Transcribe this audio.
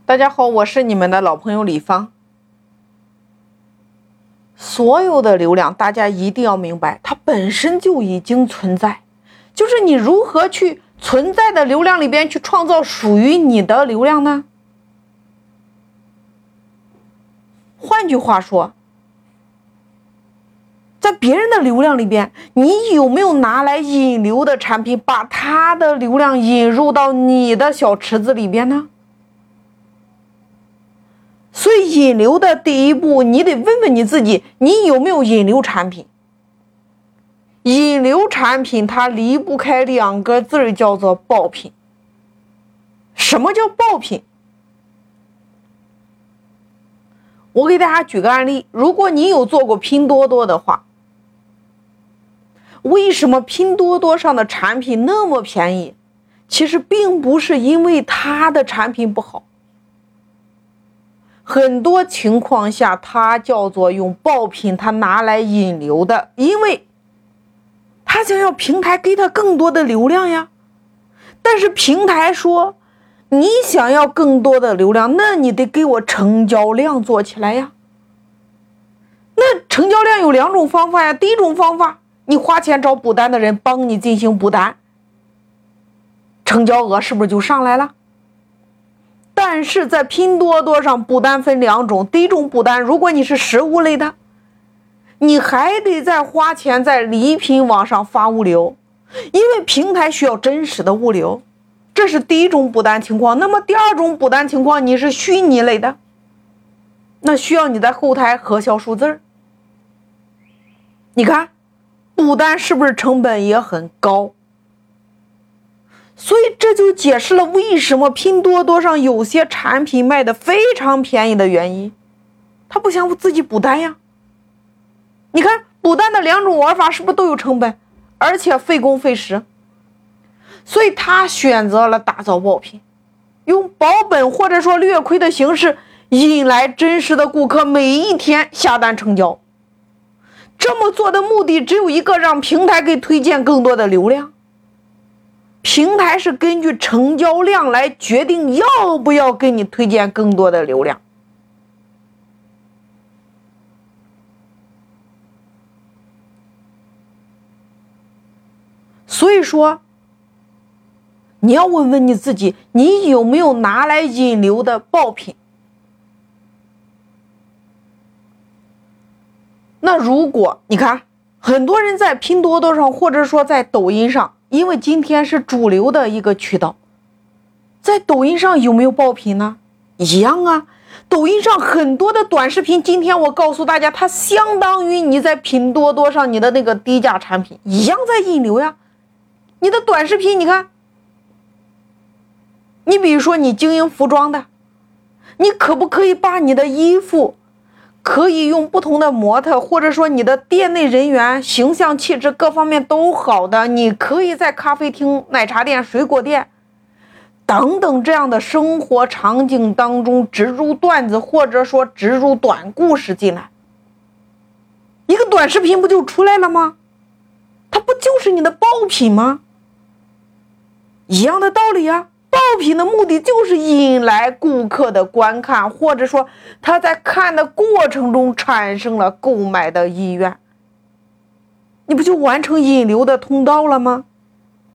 大家好，我是你们的老朋友李芳。所有的流量，大家一定要明白，它本身就已经存在，就是你如何去存在的流量里边去创造属于你的流量呢？换句话说，在别人的流量里边，你有没有拿来引流的产品，把他的流量引入到你的小池子里边呢？所以引流的第一步，你得问问你自己，你有没有引流产品？引流产品它离不开两个字，叫做爆品。什么叫爆品？我给大家举个案例，如果你有做过拼多多的话，为什么拼多多上的产品那么便宜？其实并不是因为它的产品不好，很多情况下它叫做用爆品，它拿来引流的，因为他想要平台给他更多的流量呀。但是平台说，你想要更多的流量，那你得给我成交量做起来呀。那成交量有两种方法呀。第一种方法，你花钱找补单的人帮你进行补单，成交额是不是就上来了？但是在拼多多上补单分两种，第一种补单，如果你是实物类的，你还得再花钱在礼品网上发物流，因为平台需要真实的物流，这是第一种补单情况。那么第二种补单情况，你是虚拟类的，那需要你在后台核销数字。你看补单是不是成本也很高？所以这就解释了为什么拼多多上有些产品卖的非常便宜的原因，他不想自己补单呀。你看补单的两种玩法是不是都有成本，而且费工费时？所以他选择了打造爆品，用保本或者说略亏的形式引来真实的顾客，每一天下单成交。这么做的目的只有一个，让平台给推荐更多的流量。平台是根据成交量来决定要不要给你推荐更多的流量。所以说，你要问问你自己，你有没有拿来引流的爆品？那如果你看，很多人在拼多多上，或者说在抖音上，因为今天是主流的一个渠道，在抖音上有没有爆品呢？一样啊。抖音上很多的短视频，今天我告诉大家，它相当于你在拼多多上你的那个低价产品一样在引流呀。你的短视频，你看，你比如说你经营服装的，你可不可以把你的衣服可以用不同的模特，或者说你的店内人员形象气质各方面都好的，你可以在咖啡厅、奶茶店、水果店等等这样的生活场景当中植入段子，或者说植入短故事进来，一个短视频不就出来了吗？它不就是你的爆品吗？一样的道理啊。爆品的目的就是引来顾客的观看，或者说他在看的过程中产生了购买的意愿，你不就完成引流的通道了吗？